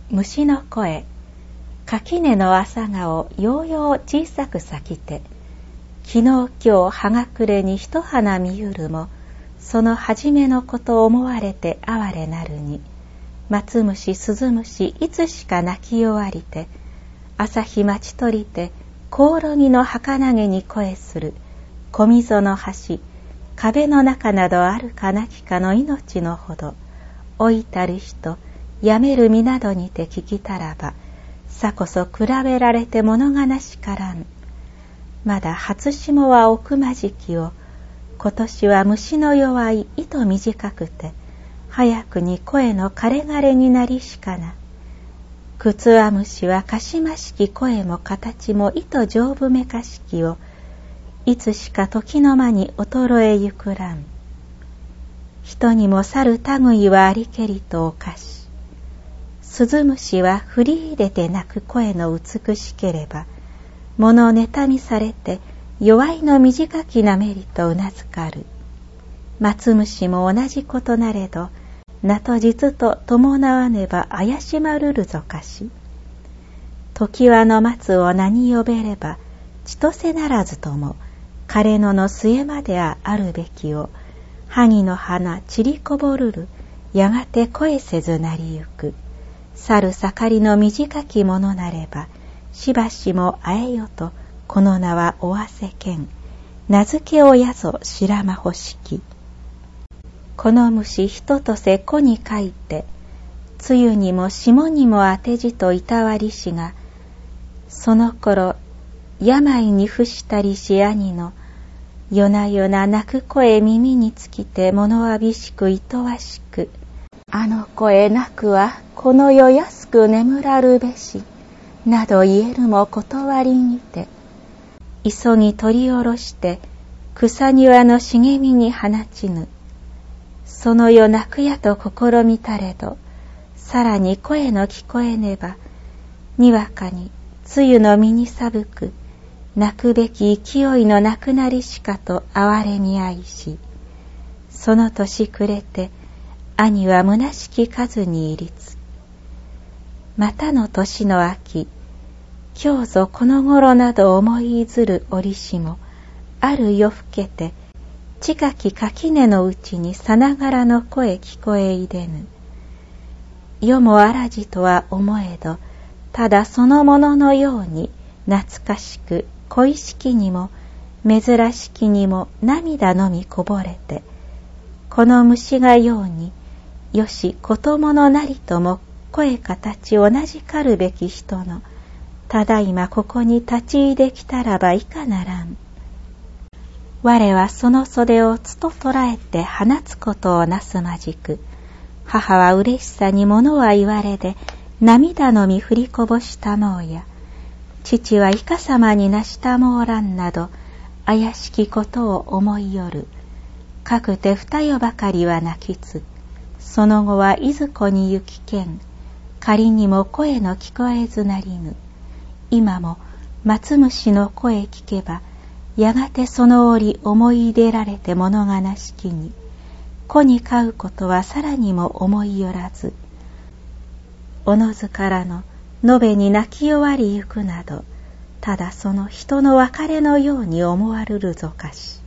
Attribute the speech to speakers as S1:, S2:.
S1: 虫の声、垣根の朝顔ようよう小さく咲きて、昨日今日葉が暮れに一花見ゆるも、その初めのこと思われて哀れなるに、松虫鈴虫いつしか鳴き終わりて、朝日待ち取りてコオロギの儚げに声する小溝の橋、壁の中などあるかなきかの命のほど、老いたる人やめる身などにて聞きたらば、さこそ比べられて物悲しからん。まだ初霜は奥間時期を、今年は虫の弱い糸短くて、早くに声の枯れ枯れになりしかな。靴は虫はかしましき声も形も糸丈夫めかしきを、いつしか時の間に衰えゆくらん。人にも去る類はありけりとおかし。鈴虫は振り入れて鳴く声の美しければ、物妬みされて弱いの短きなめりとうなずかる。松虫も同じことなれど、名と実と伴わねば怪しまるるぞかし。時はの松を名に呼べれば、千歳ならずとも、枯れ野の末まであるべきを、萩の花散りこぼるる、やがて声せずなりゆく。去る盛りの短きものなれば、しばしも会えよと、この名はおわせけん。名付けおやぞ白魔欲しき。この虫人とせ子に書いて、梅雨にも霜にも当てじといたわりしが、その頃、病に伏したりし兄の、夜な夜な泣く声耳につきて物わびしくいとわしく、あの声なくはこの世安く眠らるべし、など言えるも断りにて、急ぎ取り下ろして草庭の茂みに放ちぬ。その夜泣くやと試みたれど、さらに声の聞こえねば、にわかに梅雨の身に寒く、泣くべき勢いのなくなりしかと哀れみ合いし、その年暮れて兄は虚しき数に入りつ。またの年の秋、今日ぞこの頃など思いずる折しも、ある夜更けて、近き垣根のうちにさながらの声聞こえいでぬ。世もあらじとは思えど、ただそのもののように懐かしく恋しきにも珍しきにも涙のみこぼれて、この虫がようによしことものなりとも声形同じかるべき人の、ただいまここに立ち入できたらばいかならん。我はその袖をつと捉えて放つことをなすまじく、母は嬉しさに物は言われで涙のみ振りこぼしたもうや、父はいかさまになしたもうらんなど怪しきことを思いよる。かくて二夜ばかりは泣きつ。その後はいずこに行きけん。仮にも声の聞こえずなりぬ。今も松虫の声聞けば、やがてその折思い出られて物悲しきに、子に飼うことはさらにも思いよらず、おのずからの延べに泣き終わりゆくなど、ただその人の別れのように思わるるぞかし。